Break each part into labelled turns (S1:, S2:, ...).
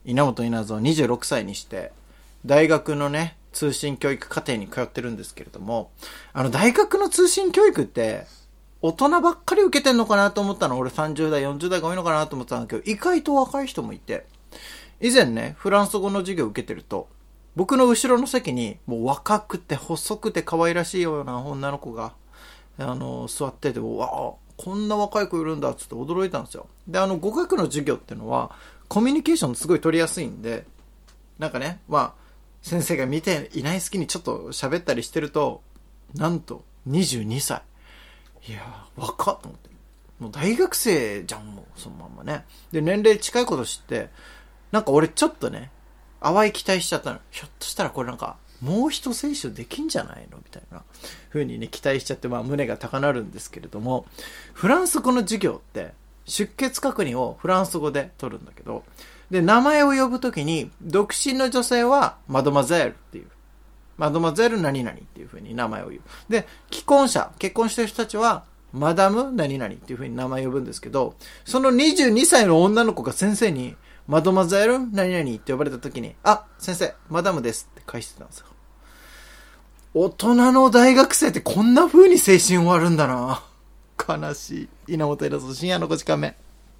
S1: 稲本稲造26歳にして、大学のね、通信教育課程に通ってるんですけれども、大学の通信教育って、大人ばっかり受けてんのかなと思ったの。俺30代、40代が多いのかなと思ったんだけど、意外と若い人もいて、以前ね、フランス語の授業を受けてると、僕の後ろの席に、もう若くて細くて可愛らしいような女の子が、座ってて、わあ、こんな若い子いるんだっつって驚いたんですよ。で、語学の授業ってのは、コミュニケーションすごい取りやすいんで、なんかね、先生が見ていない隙にちょっと喋ったりしてると、なんと、22歳。いやー、若っと思って。もう大学生じゃん、もう、そのまんまね。で、年齢近いこと知って、なんか俺ちょっとね、淡い期待しちゃったの。ひょっとしたらこれなんか、もう一聖書できんじゃないのみたいな風にね、期待しちゃって、胸が高鳴るんですけれども、フランス語の授業って、出欠確認をフランス語で取るんだけど、で、名前を呼ぶときに、独身の女性は、マドマゼールっていう。マドマゼール何々っていう風に名前を言う。で、既婚者、結婚してる人たちは、マダム何々っていう風に名前を呼ぶんですけど、その22歳の女の子が先生に、マドマゼール何々って呼ばれたときに、あ、先生、マダムですって返してたんですよ。大人の大学生ってこんな風に青春終わるんだな。悲しい。稲本稲造深夜の5時間目。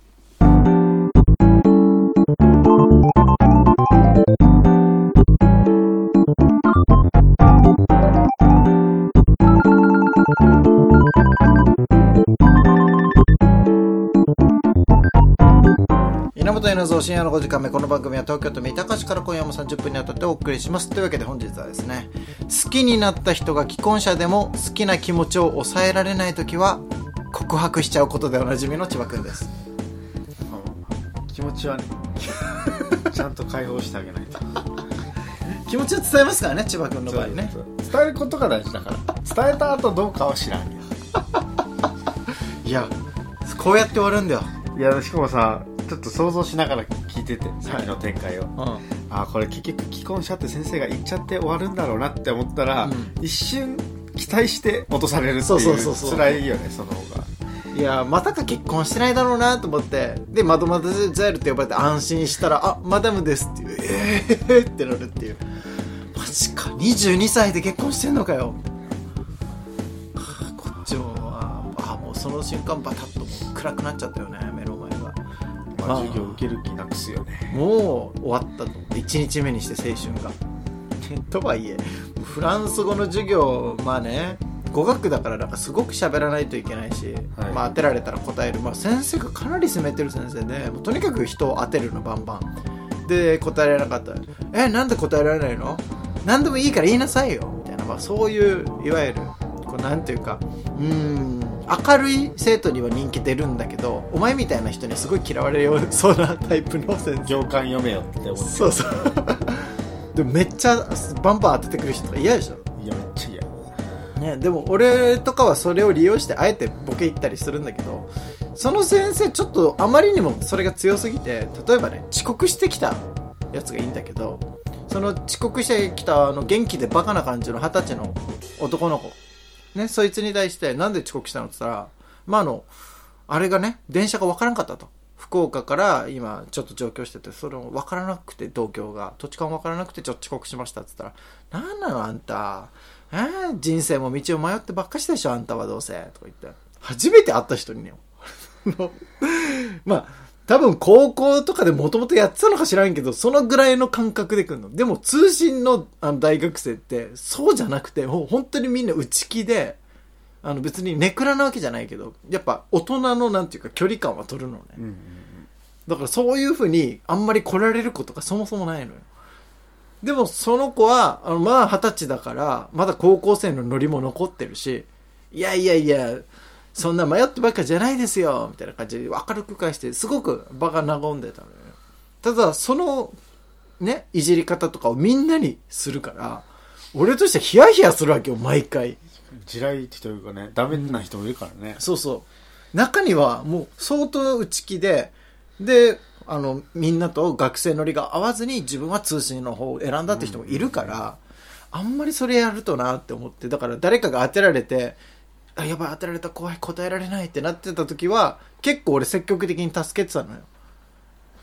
S1: 稲本稲造深夜の5時間目。この番組は東京都三鷹市から今夜も30分にわたってお送りします。というわけで本日はですね、好きになった人が既婚者でも好きな気持ちを抑えられないときは告白しちゃうことでおなじみの千葉くんです。
S2: 気持ちはねちゃんと解放してあげないと
S1: 気持ちを伝えますからね、千葉くんの場合ね。
S2: 伝えることが大事だから伝えた後どうかは知らんよ
S1: いや、こうやって終わるんだよ。
S2: いや、しかもさ、ちょっと想像しながら聞いてて、先の展開を、これ結局既婚者って先生が言っちゃって終わるんだろうなって思ったら、一瞬期待して落とされるっていう辛いよね、その方が。
S1: いや、またか結婚してないだろうなと思って、で、マドマゼールって呼ばれて安心したら、あ、マダムですっていう、ってなるっていう。マジか、22歳で結婚してんのかよ。こっちももうその瞬間バタッともう暗くなっちゃったよね、目の前が。
S2: 授業受ける気なくすよね。
S1: もう終わったと。1日目にして青春が。とはいえ、フランス語の授業、語学だからなんかすごく喋らないといけないし、当てられたら答える。先生がかなり攻めてる先生で、とにかく人を当てるのバンバン。で、答えられなかったら、なんで答えられないの？何でもいいから言いなさいよみたいな、そういういわゆるなんていうか、明るい生徒には人気出るんだけど、お前みたいな人にすごい嫌われようそうなタイプの先生。
S2: 行間読めよって思って。
S1: そうでもめっちゃバンバン当ててくる人が嫌でしょ。
S2: いや、めっちゃ嫌
S1: ね。でも俺とかはそれを利用してあえてボケ言ったりするんだけど、その先生ちょっとあまりにもそれが強すぎて、例えばね、遅刻してきたやつがいいんだけど、その遅刻してきた元気でバカな感じの20歳の男の子ね、そいつに対してなんで遅刻したのって言ったら、あれがね、電車がわからんかったと。福岡から今ちょっと上京してて、それもわからなくて、東京が土地勘わからなくてちょっと遅刻しましたって言ったら、なんなのあんた、人生も道を迷ってばっかしでしょあんたはどうせとか言って、初めて会った人にね多分高校とかでもともとやってたのか知らんけど、そのぐらいの感覚で来るの。でも通信の大学生ってそうじゃなくて、もう本当にみんな内気で、別にネクラなわけじゃないけど、やっぱ大人のなんていうか距離感は取るのね。だからそういう風にあんまり来られることがそもそもないのよ。でもその子は20歳だからまだ高校生のノリも残ってるし、いやそんな迷ってばっかじゃないですよみたいな感じで明るく返して、すごく場が和んでたのよ。ただそのね、いじり方とかをみんなにするから、俺としてはヒヤヒヤするわけよ、毎回。
S2: 地雷って人いるかね、ダメな人もいるからね。
S1: そう中にはもう相当内気で、みんなと学生ノリが合わずに自分は通信の方を選んだって人もいるから、あんまりそれやるとなって思って、だから誰かが当てられて、やばい当てられた、怖い、答えられないってなってた時は結構俺積極的に助けてたのよ。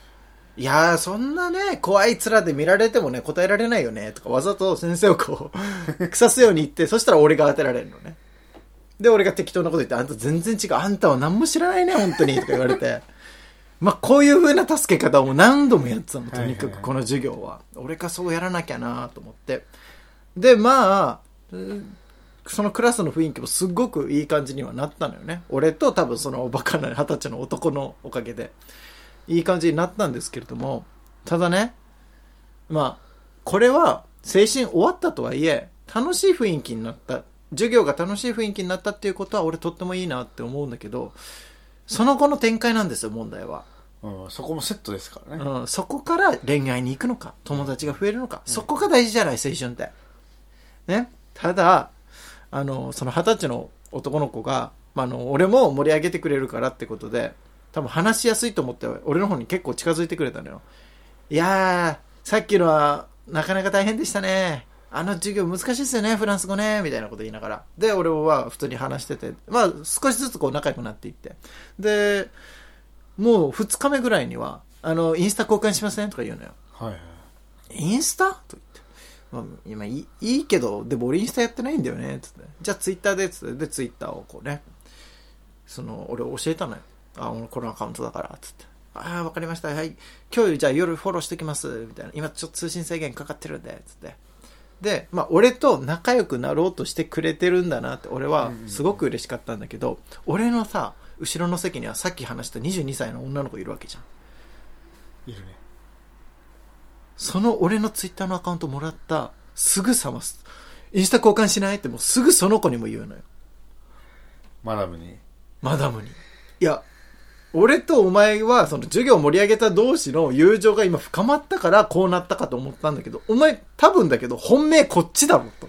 S1: いやー、そんなね、怖い面で見られてもね、答えられないよね、とか、わざと先生をこう、腐すように言って、そしたら俺が当てられるのね。で、俺が適当なこと言って、あんた全然違う、あんたは何も知らないね、本当に、とか言われて。まあ、こういう風な助け方をもう何度もやってたの、とにかくこの授業は。俺がそうやらなきゃなと思って。で、まあ、そのクラスの雰囲気もすっごくいい感じにはなったのよね。俺と多分そのバカな20歳の男のおかげで。いい感じになったんですけれども、ただね、まあ、これは青春終わったとはいえ、楽しい雰囲気になった。授業が楽しい雰囲気になったっていうことは俺とってもいいなって思うんだけど、その後の展開なんですよ、問題は。
S2: そこもセットですからね。
S1: そこから恋愛に行くのか、友達が増えるのか、そこが大事じゃない、青春って。ね。ただ、その20歳の男の子が、俺も盛り上げてくれるからってことで、多分話しやすいと思って俺の方に結構近づいてくれたのよ。いやー、さっきのはなかなか大変でしたね。あの授業難しいですよね、フランス語ね、みたいなこと言いながら。で、俺は普通に話してて、まあ少しずつこう仲良くなっていって。で、もう2日目ぐらいには、インスタ交換しませんとか言うのよ。はいはい。インスタと言って。まあ、今いいけど、でも俺インスタやってないんだよね、つって。じゃあツイッターで、つって。で、ツイッターをこうね、俺教えたのよ。このアカウントだから、つって。わかりました。はい。今日じゃあ夜フォローしてきます。みたいな。今ちょっと通信制限かかってるんで、つって。で、まあ、俺と仲良くなろうとしてくれてるんだなって、俺はすごく嬉しかったんだけど、俺のさ、後ろの席にはさっき話した22歳の女の子いるわけじゃん。いるね。その俺のツイッターのアカウントもらった、すぐさます。インスタ交換しないってもうすぐその子にも言うのよ。マダムに。いや、俺とお前はその授業を盛り上げた同士の友情が今深まったからこうなったかと思ったんだけど、お前多分だけど本命こっちだろと。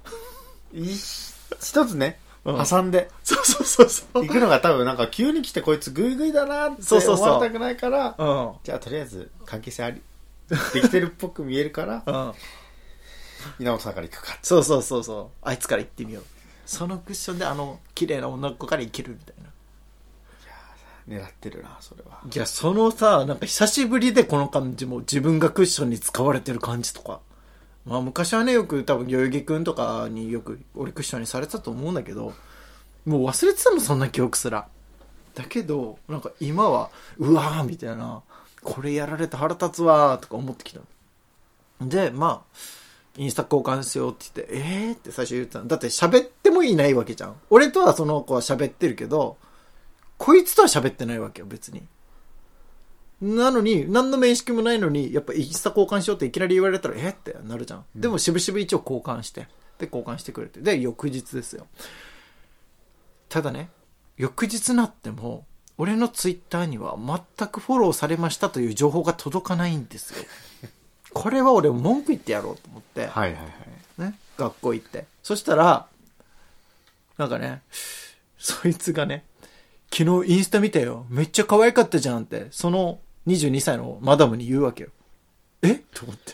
S2: 一つね、挟んで。
S1: そう。
S2: 行くのが多分なんか急に来てこいつグイグイだなって思われたくないから、じゃあとりあえず関係性あり。できてるっぽく見えるから、稲本さんから行くか。
S1: そう。あいつから行ってみよう。そのクッションで綺麗な女の子から行けるみたいな。
S2: 狙ってるな、それは。
S1: いや、そのさ、なんか久しぶりでこの感じも自分がクッションに使われてる感じとか。まあ昔はね、よく多分代々木くんとかによく俺クッションにされてたと思うんだけど、もう忘れてたの、そんな記憶すら。だけど、なんか今は、うわーみたいな、これやられて腹立つわーとか思ってきた。で、まあ、インスタ交換しようって言って、って最初言ってたの。だって喋ってもいないわけじゃん。俺とはその子は喋ってるけど、こいつとは喋ってないわけよ、別に。なのに、何の面識もないのに、やっぱインスタ交換しようっていきなり言われたら、ってなるじゃん。でも、しぶしぶ一応交換して。で、交換してくれて。で、翌日ですよ。ただね、翌日なっても、俺のツイッターには全くフォローされましたという情報が届かないんですよ。これは俺文句言ってやろうと思って。ね、学校行って。そしたら、なんかね、そいつがね、昨日インスタ見たよ。めっちゃ可愛かったじゃんって、その22歳のマダムに言うわけよ。と思って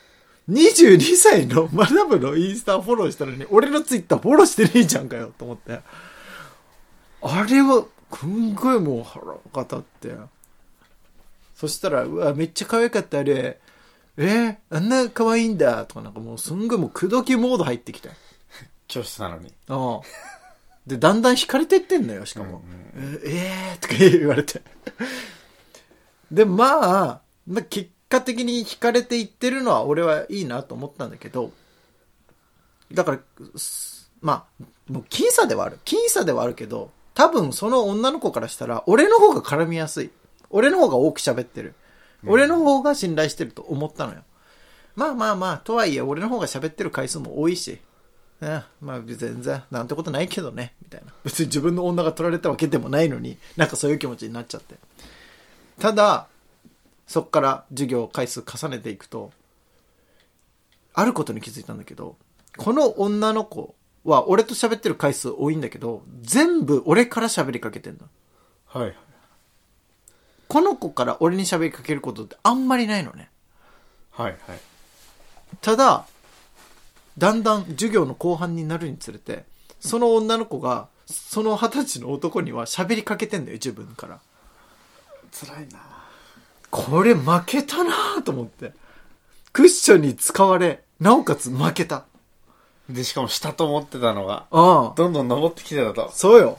S1: 。22歳のマダムのインスタフォローしたのに、俺のツイッターフォローしてねえじゃんかよ、と思って。あれは、すんごいもう腹が立って。そしたら、うわ、めっちゃ可愛かったあれ。あんな可愛いんだ、とかなんかもうすんごいもう口説きモード入ってきて。
S2: 教室なのに。
S1: で、だんだん惹かれていってんのよ、しかも。とか言われて。で、まあ、結果的に惹かれていってるのは俺はいいなと思ったんだけど、だから、まあ、もう僅差ではあるけど、多分その女の子からしたら、俺の方が絡みやすい。俺の方が多く喋ってる。俺の方が信頼してると思ったのよ。まあ、とはいえ俺の方が喋ってる回数も多いし、まあ全然なんてことないけどねみたいな。別に自分の女が取られたわけでもないのに、なんかそういう気持ちになっちゃって。ただそっから授業回数重ねていくと、あることに気づいたんだけど、この女の子は俺と喋ってる回数多いんだけど、全部俺から喋りかけてんだ。この子から俺に喋りかけることってあんまりないのね。ただだんだん授業の後半になるにつれて、その女の子がその20歳の男には喋りかけてんだよ、自分から。
S2: 辛いな。
S1: これ負けたなと思って。クッションに使われ、なおかつ負けた。
S2: で、しかも下と思ってたのが、
S1: ど
S2: んどん登ってきてたと。
S1: そうよ。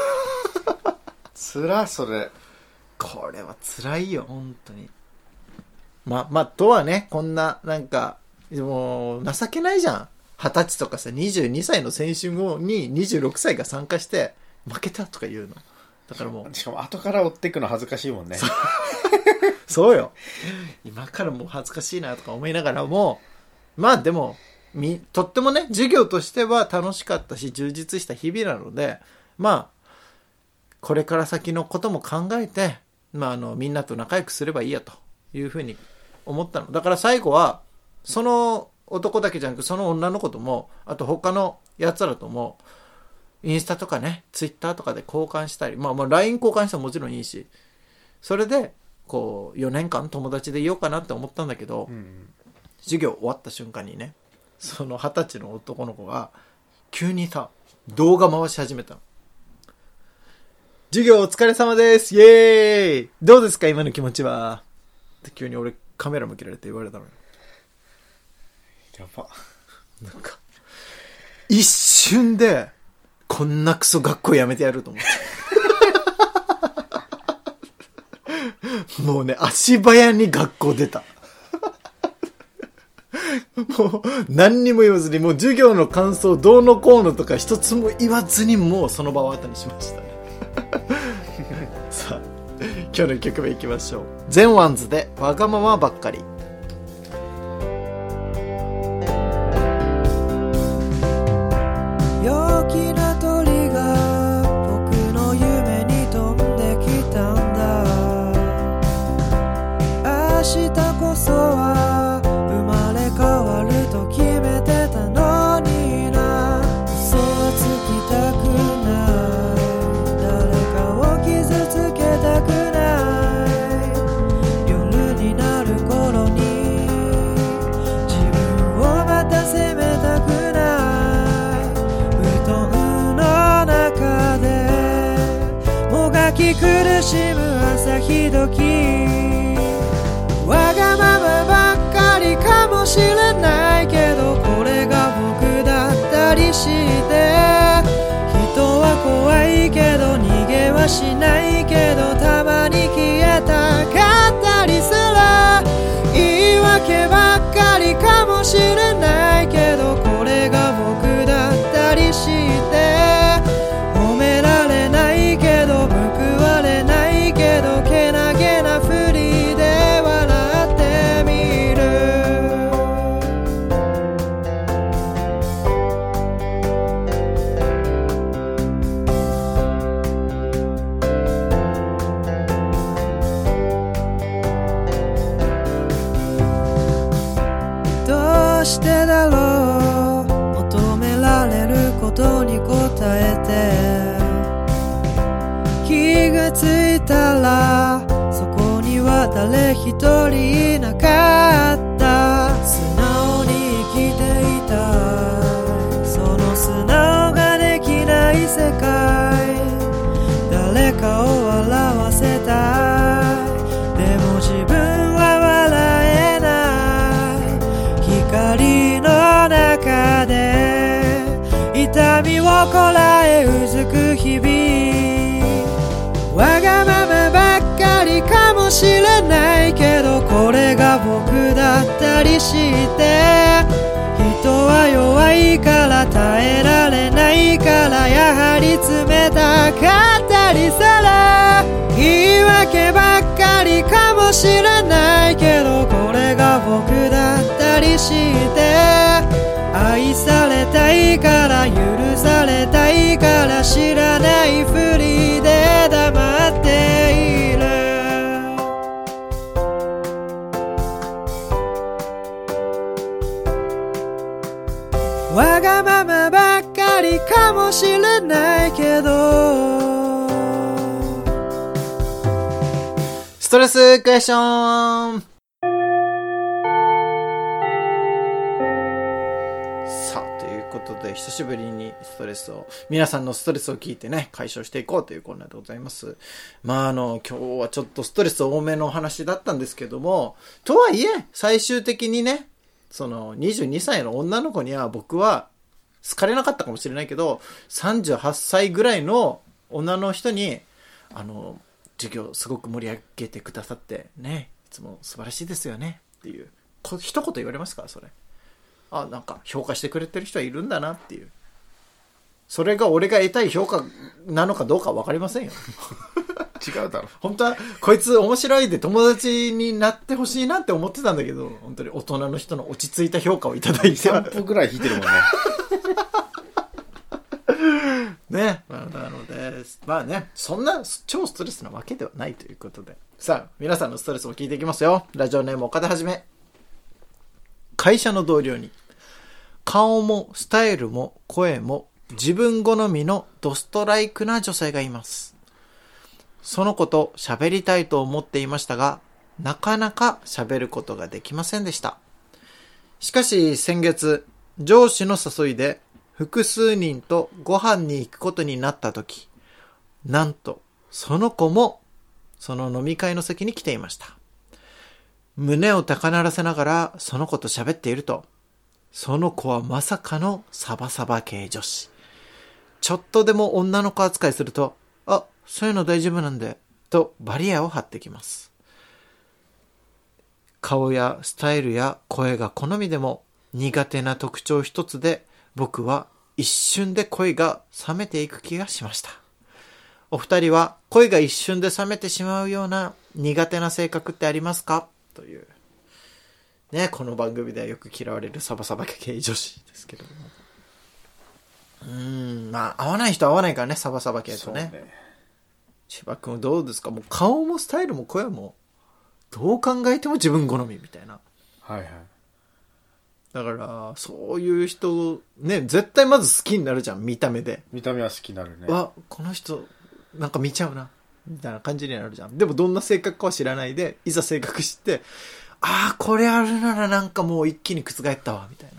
S2: つら、それ。
S1: これは辛いよ、本当に。まあ、とはね、こんな、なんか、もう、情けないじゃん。20歳とかさ、22歳の選手後に26歳が参加して、負けたとか言うの。だからも
S2: う。しかも後から追っていくの恥ずかしいもんね。
S1: そうよ。今からもう恥ずかしいなとか思いながらも、まあでも、とってもね、授業としては楽しかったし、充実した日々なので、まあ、これから先のことも考えて、まあみんなと仲良くすればいいやというふうに思ったの。だから最後は、その男だけじゃなく、その女の子とも、あと他の奴らとも、インスタとかね、ツイッターとかで交換したり、まあ LINE 交換したらもちろんいいし、それで、こう、4年間友達でいようかなって思ったんだけど、授業終わった瞬間にね、その20歳の男の子が、急にさ、動画回し始めたの。授業お疲れ様です、イエーイ、どうですか今の気持ちはって急に俺カメラ向けられて言われたのよ。
S2: やば。
S1: なんか、一瞬で、こんなクソ学校やめてやると思って。もうね、足早に学校出た。もう、何にも言わずに、もう授業の感想、どうのこうのとか一つも言わずに、もうその場を後にしましたね。さあ、今日の1曲目いきましょう。ゼンワンズで、わがままばっかり。
S3: 陽気な鳥が僕の夢に飛んできたんだ。明日こそは生まれ変わると決めてたのにな。嘘はつきたくない、誰かを傷つけたくない。夜になる頃に自分をまた責めたくない。布団の中でもがき苦しむ朝日時、わがままばっかりかもしれないけど、これが僕だったりして。人は怖いけど逃げはしないけど、たまに消えたかったりする。言い訳ばっかりかもしれないけど、これが僕だったりして。褒められないけど報われないけど、けなげなふりで笑ってみる。どうしてだろう、求められることに応えて気がついたら、そこには誰一人いなかった。素直に生きていたい、その素直ができない世界。誰かを笑わせたい、でも自分は笑えない。光の中で痛みをこらえうずく日々。わがままばっかりかもしれないけど、これが僕だったりして。人は弱いから耐えられないから、やはり冷たかったりする。言い訳ばっかりかもしれないけど、これが僕だったりして。愛されたいから許されたいから、知らないふりで黙っている。わがままばっかりかもしれないけど。
S1: ストレスクエスチョン。さあ、ということで、久しぶりに皆さんのストレスを聞いてね、解消していこうというコーナーでございます。まあ今日はちょっとストレス多めのお話だったんですけども、とはいえ、最終的にね、その22歳の女の子には僕は好かれなかったかもしれないけど、38歳ぐらいの女の人に、授業すごく盛り上げてくださってね、いつも素晴らしいですよねっていう一言言われますか？それ、なんか評価してくれてる人はいるんだなっていう、それが俺が得たい評価なのかどうかは分かりませんよ
S2: 違うだろ。
S1: 本当はこいつ面白いで友達になってほしいなって思ってたんだけど、本当に大人の人の落ち着いた評価をいただいて
S2: 3歩ぐらい引いてるもんね
S1: ね、なのでまあね、そんな超ストレスなわけではないということで、さあ皆さんのストレスも聞いていきますよ。ラジオネーム岡田はじめ。会社の同僚に顔もスタイルも声も自分好みのドストライクな女性がいます。その子と喋りたいと思っていましたが、なかなか喋ることができませんでした。しかし先月、上司の誘いで複数人とご飯に行くことになったとき、なんとその子もその飲み会の席に来ていました。胸を高鳴らせながらその子と喋っていると、その子はまさかのサバサバ系女子。ちょっとでも女の子扱いすると、そういうの大丈夫なんで、とバリアを張ってきます。顔やスタイルや声が好みでも苦手な特徴一つで、僕は一瞬で恋が冷めていく気がしました。お二人は恋が一瞬で冷めてしまうような苦手な性格ってありますか？というね、この番組ではよく嫌われるサバサバ系女子ですけれども、まあ合わない人は合わないからね、サバサバ系とね。千葉君どうですか？もう顔もスタイルも声もどう考えても自分好みみたいな。
S2: はいはい。
S1: だからそういう人ね、絶対まず好きになるじゃん、見た目で。
S2: 見た目は好きになるね。
S1: この人なんか見ちゃうなみたいな感じになるじゃん。でもどんな性格かは知らないで、いざ性格知って、これあるならなんかもう一気に覆ったわみたい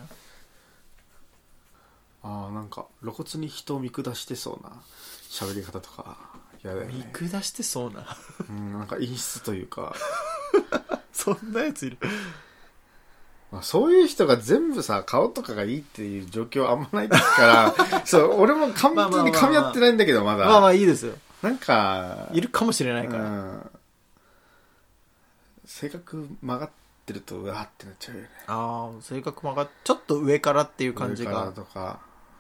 S1: な。
S2: なんか露骨に人を見下してそうな喋り方とか嫌だよね。
S1: 見下してそうな
S2: なんか陰湿というか
S1: そんなやついる。
S2: そういう人が全部さ、顔とかがいいっていう状況はあんまないからそう俺も完璧に噛み合ってないんだけど、まだ
S1: まあいいですよ。
S2: なんか
S1: いるかもしれないから、
S2: 性格曲がってるとうわーってなっちゃうよね。
S1: 性格曲がっちょっと上からっていう感じが。
S2: 上からとか。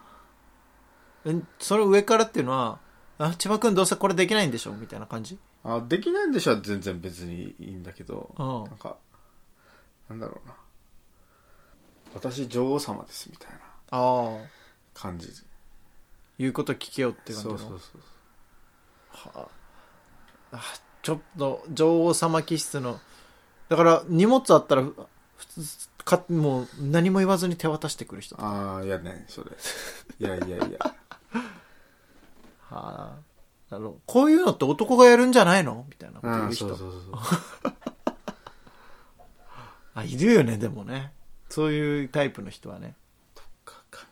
S1: その上からっていうのは、千葉君どうせこれできないんでしょみたいな感じ？
S2: できないんでしょは全然別にいいんだけど、なんかなんだろうな、私女王様ですみたいな感じで
S1: 言うこと聞けよって感じの。そうちょっと女王様気質の。だから荷物あったらもう何も言わずに手渡してくる人。
S2: いやね、それいや
S1: こういうのって男がやるんじゃないのみたいなこと言う人。そういるよね。でもね、そういうタイプの人はね。
S2: とかか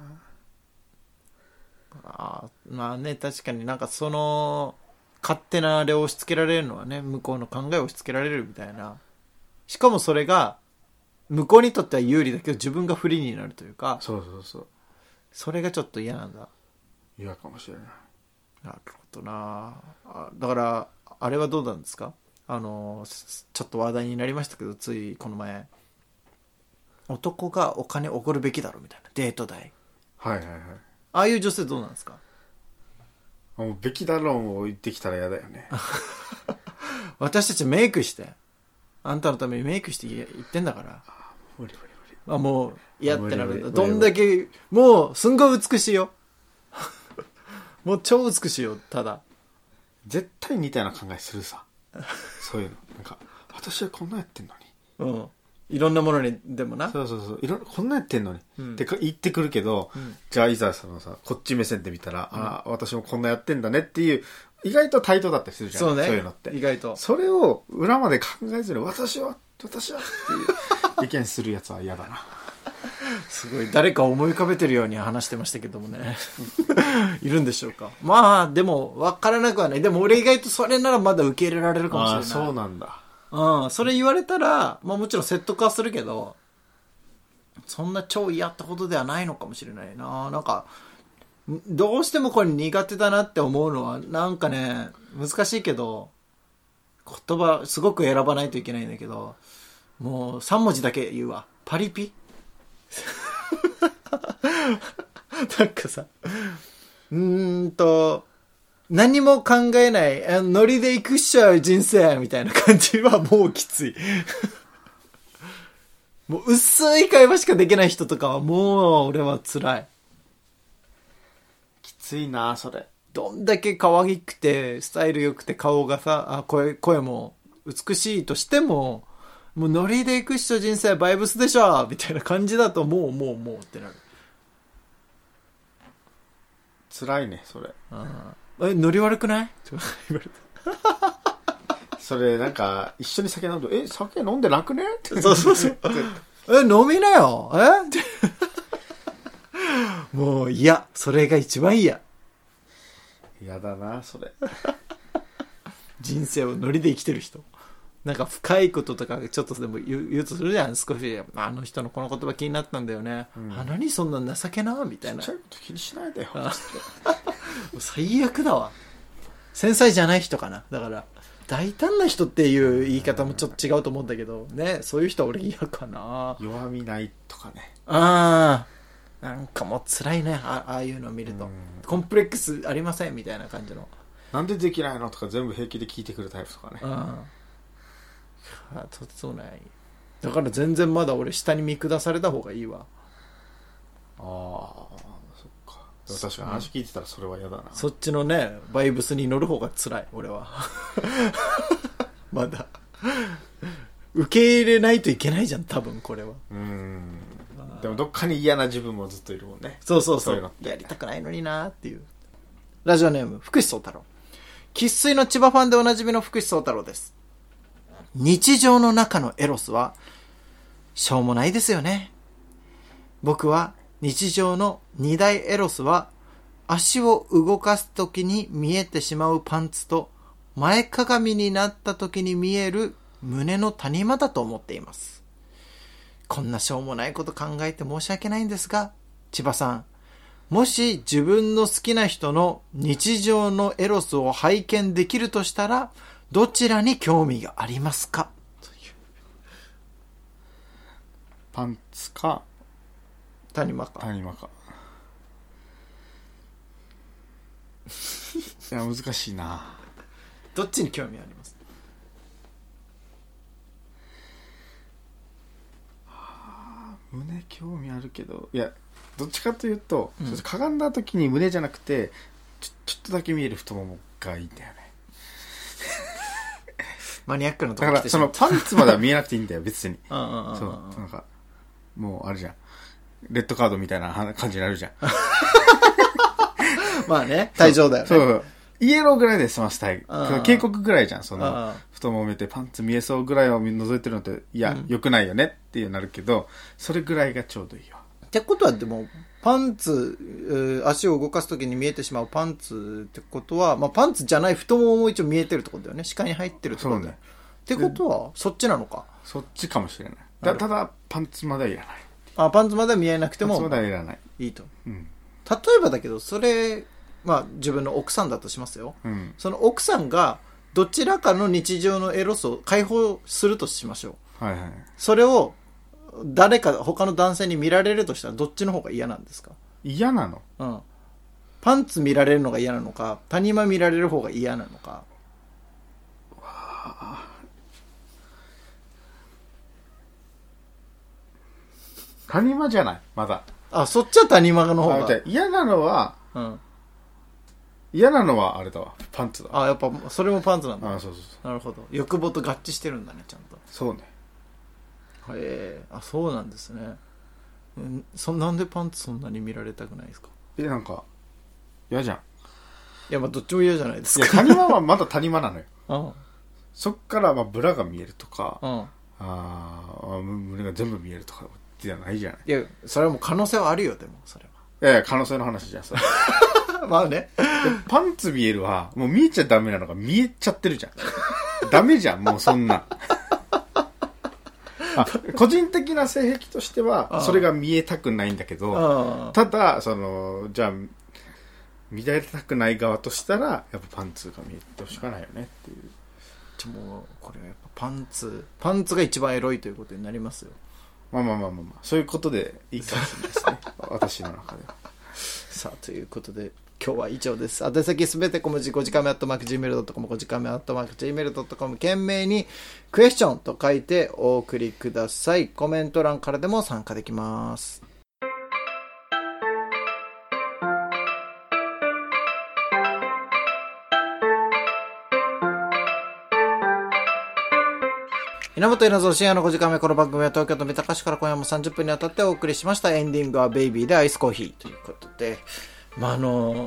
S1: な。まあね、確かになんかその勝手なあれを押し付けられるのはね、向こうの考えを押し付けられるみたいな。しかもそれが向こうにとっては有利だけど自分が不利になるというか。それがちょっと嫌なんだ。
S2: 嫌かもしれない。
S1: なるほどな。だからあれはどうなんですか？ちょっと話題になりましたけど、ついこの前、男がお金おごるべきだろみたいな、デート代。ああいう女性どうなんですか？
S2: もうべきだろうを言ってきたら嫌だよね
S1: 私たちメイクして、あんたのためにメイクして言ってんだから。
S2: 無理
S1: もう嫌ってなる。どんだけもうすんごい美しいよもう超美しいよ。ただ
S2: 絶対似たような考えするさそういうのなんか私はこんなやってんのに、
S1: いろんなものにでもな、
S2: こんなやってんのに、って言ってくるけど、じゃあいざそのさ、こっち目線で見たら、私もこんなやってんだねっていう、意外と対等だったりするじゃん。そういうのって
S1: 意外と
S2: それを裏まで考えずに私はっていう意見するやつは嫌だな
S1: すごい誰か思い浮かべてるように話してましたけどもねいるんでしょうか。まあでも分からなくはない。でも俺意外とそれならまだ受け入れられるかもしれない。
S2: あ、そうなんだ。
S1: うん、それ言われたら、まあもちろん説得はするけど、そんな超嫌ってことではないのかもしれないな。なんかどうしてもこれ苦手だなって思うのはなんかね、難しいけど言葉すごく選ばないといけないんだけど、もう3文字だけ言うわ。パリピなんかさ、何も考えないノリで行くっしょ人生みたいな感じはもうきついもう薄い会話しかできない人とかはもう俺は辛い。
S2: きついなそれ。
S1: どんだけ可愛くてスタイル良くて顔がさ、声も美しいとしても、もうノリで行くっしょ人生バイブスでしょみたいな感じだともうってなる。
S2: 辛いねそれ。
S1: ノリ悪くない言われ
S2: たそれなんか一緒に酒飲んで酒飲んでなくねって
S1: そう飲みなよもう嫌。それが一番嫌。
S2: 嫌だなそれ
S1: 人生をノリで生きてる人、なんか深いこととかちょっとでも言うとするじゃん。少しあの人のこの言葉気になったんだよね、何そんな情けなみたいな。
S2: ちっちゃいこと気にしないでよ
S1: 最悪だわ。繊細じゃない人かな。だから大胆な人っていう言い方もちょっと違うと思うんだけどね。そういう人は俺嫌かな。
S2: 弱みないとかね。
S1: なんかもう辛いね。ああいうのを見るとコンプレックスありませんみたいな感じの、
S2: なんでできないのとか全部平気で聞いてくるタイプとかね。
S1: そうない。だから全然まだ俺下に見下された方がいいわ。
S2: そっか。でも確かに話聞いてたらそれは嫌だな。
S1: そっちのねバイブスに乗る方が辛い俺はまだ受け入れないといけないじゃん多分これは。
S2: でもどっかに嫌な自分もずっといるもんね。
S1: そう
S2: いうのって
S1: やりたくないのになっていう。ラジオネーム福士蒼太郎。生粋の千葉ファンでおなじみの福士蒼太郎です。日常の中のエロスはしょうもないですよね。僕は日常の二大エロスは足を動かすときに見えてしまうパンツと前かがみになったときに見える胸の谷間だと思っています。こんなしょうもないこと考えて申し訳ないんですが、千葉さん、もし自分の好きな人の日常のエロスを拝見できるとしたらどちらに興味がありますか？
S2: パンツか
S1: 谷間か。
S2: いや難しいな。
S1: どっちに興味あります？
S2: 胸興味あるけど、いやどっちかというと、かがんだ時に胸じゃなくてちょっとだけ見える太ももがいいんだよね
S1: マニアックなとこ
S2: だからそのパンツまでは見えなくていいんだよ別にそうなんかもうあれじゃん、レッドカードみたいな感じになるじゃん
S1: まあね、退場だよね。
S2: そうイエローぐらいで済ませたい。警告ぐらいじゃん。その太もも見てパンツ見えそうぐらいを覗いてるのっていや、良くないよねってなるけど、それぐらいがちょうどいいわ。
S1: ってことはでもパンツ、足を動かすときに見えてしまうパンツってことは、まあ、パンツじゃない太ももも一応見えてるってことだよね。視界に入ってるってことだよね。ってことはそっちなのか。
S2: そっちかもしれない。ただパンツまではいらない。
S1: パンツまでは見えなくても
S2: パンツまではいらない。
S1: いいと。例えばだけどそれまあ自分の奥さんだとしますよ、その奥さんがどちらかの日常のエロスを解放するとしましょう、それを誰か他の男性に見られるとしたらどっちの方が嫌なんですか？
S2: 嫌なの？
S1: パンツ見られるのが嫌なのか谷間見られる方が嫌なのか。
S2: 谷間じゃないまだ。
S1: そっちは谷間の方が
S2: 嫌なのは、嫌なのはあれだわ、パンツだ。
S1: やっぱそれもパンツなんだ。
S2: そう
S1: なるほど。欲望と合致してるんだねちゃんと。
S2: そうね。
S1: そうなんですね。なんでパンツそんなに見られたくないですか？
S2: なんか嫌じゃん。
S1: いやまあどっちも嫌じゃないですか。
S2: いや谷間はまだ谷間なのよそっからまあブラが見えるとか、胸が全部見えるとかっていうのはないじゃない。
S1: いや、それはもう可能性はあるよ、でも、それ
S2: いやいや、可能性の話じゃん、それ。
S1: は。まあね。
S2: パンツ見えるは、もう見えちゃダメなのが見えちゃってるじゃん。ダメじゃん、もうそんな。個人的な性癖としては、それが見えたくないんだけど、ただ、じゃあ、見られたくない側としたら、やっぱパンツが見えてほしかないよねっていう。
S1: もう、これはやっぱパンツが一番エロいということになりますよ。
S2: まあ、そういうことでいいかもしれないですね。私の中では。
S1: さあ、ということで、今日は以上です。宛先すべて小文字5時間目@gmail.com 5時間目@gmail.com 懸命にクエスチョンと書いてお送りください。コメント欄からでも参加できます。稲本稲造深夜の5時間目。この番組は東京都三鷹市から今夜も30分にわたってお送りしました。エンディングはベイビーでアイスコーヒーということで、パン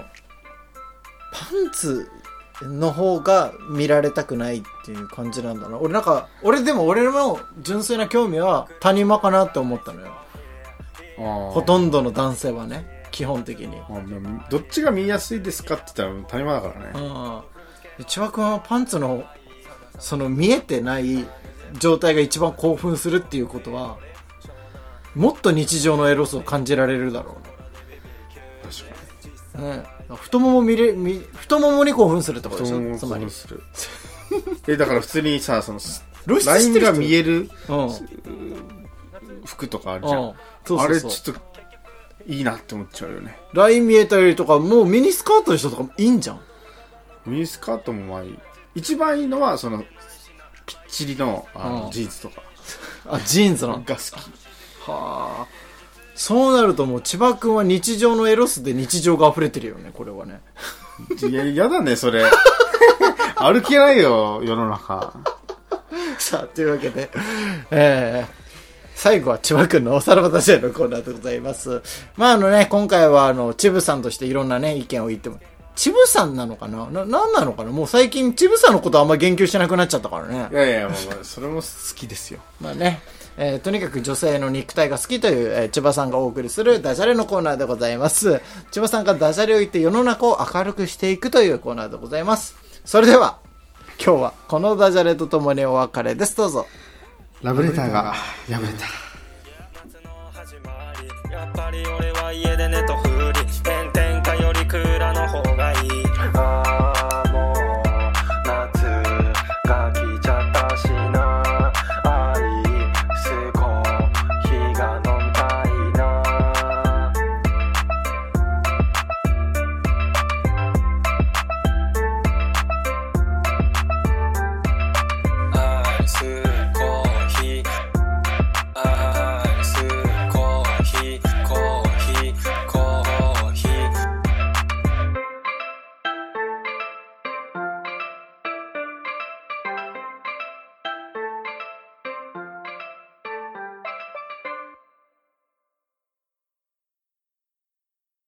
S1: ツの方が見られたくないっていう感じなんだな。俺の純粋な興味は谷間かなって思ったのよ。ほとんどの男性はね、基本的に。
S2: どっちが見やすいですかって言ったら谷間だからね。
S1: 千葉君はパンツのその見えてない状態が一番興奮するっていうことは、もっと日常のエロスを感じられるだろうな。確かに、ね、太ももに興奮するってことでしょ。つまり
S2: だから普通にさ、ラインが見える服とかあるじゃん。あれちょっといいなって思っちゃうよね。
S1: ライン見えたりとか、もうミニスカートの人とかもいいんじゃん。
S2: ミニスカートもまあいい。一番いいのはぴっちりのジーンズとか。
S1: ジーンズの
S2: が好き。
S1: はあ。そうなるともう千葉くんは日常のエロスで日常が溢れてるよね、これはね。
S2: いや、やだね、それ。歩けないよ、世の中。
S1: さあ、というわけで、最後は千葉くんのおさらばたしのコーナーでございます。まあ今回はチブさんとしていろんなね、意見を言っても、チブさんなのかな、なんなのかな。もう最近チブさんのことあんま言及してなくなっちゃったからね。
S2: いや、もうそれも好きですよ。
S1: まあね、とにかく女性の肉体が好きという、千葉さんがお送りするダジャレのコーナーでございます。千葉さんがダジャレを言って世の中を明るくしていくというコーナーでございます。それでは今日はこのダジャレとともにお別れです。どうぞ。
S2: ラブレターが破れた。
S3: やっぱり俺は家で寝と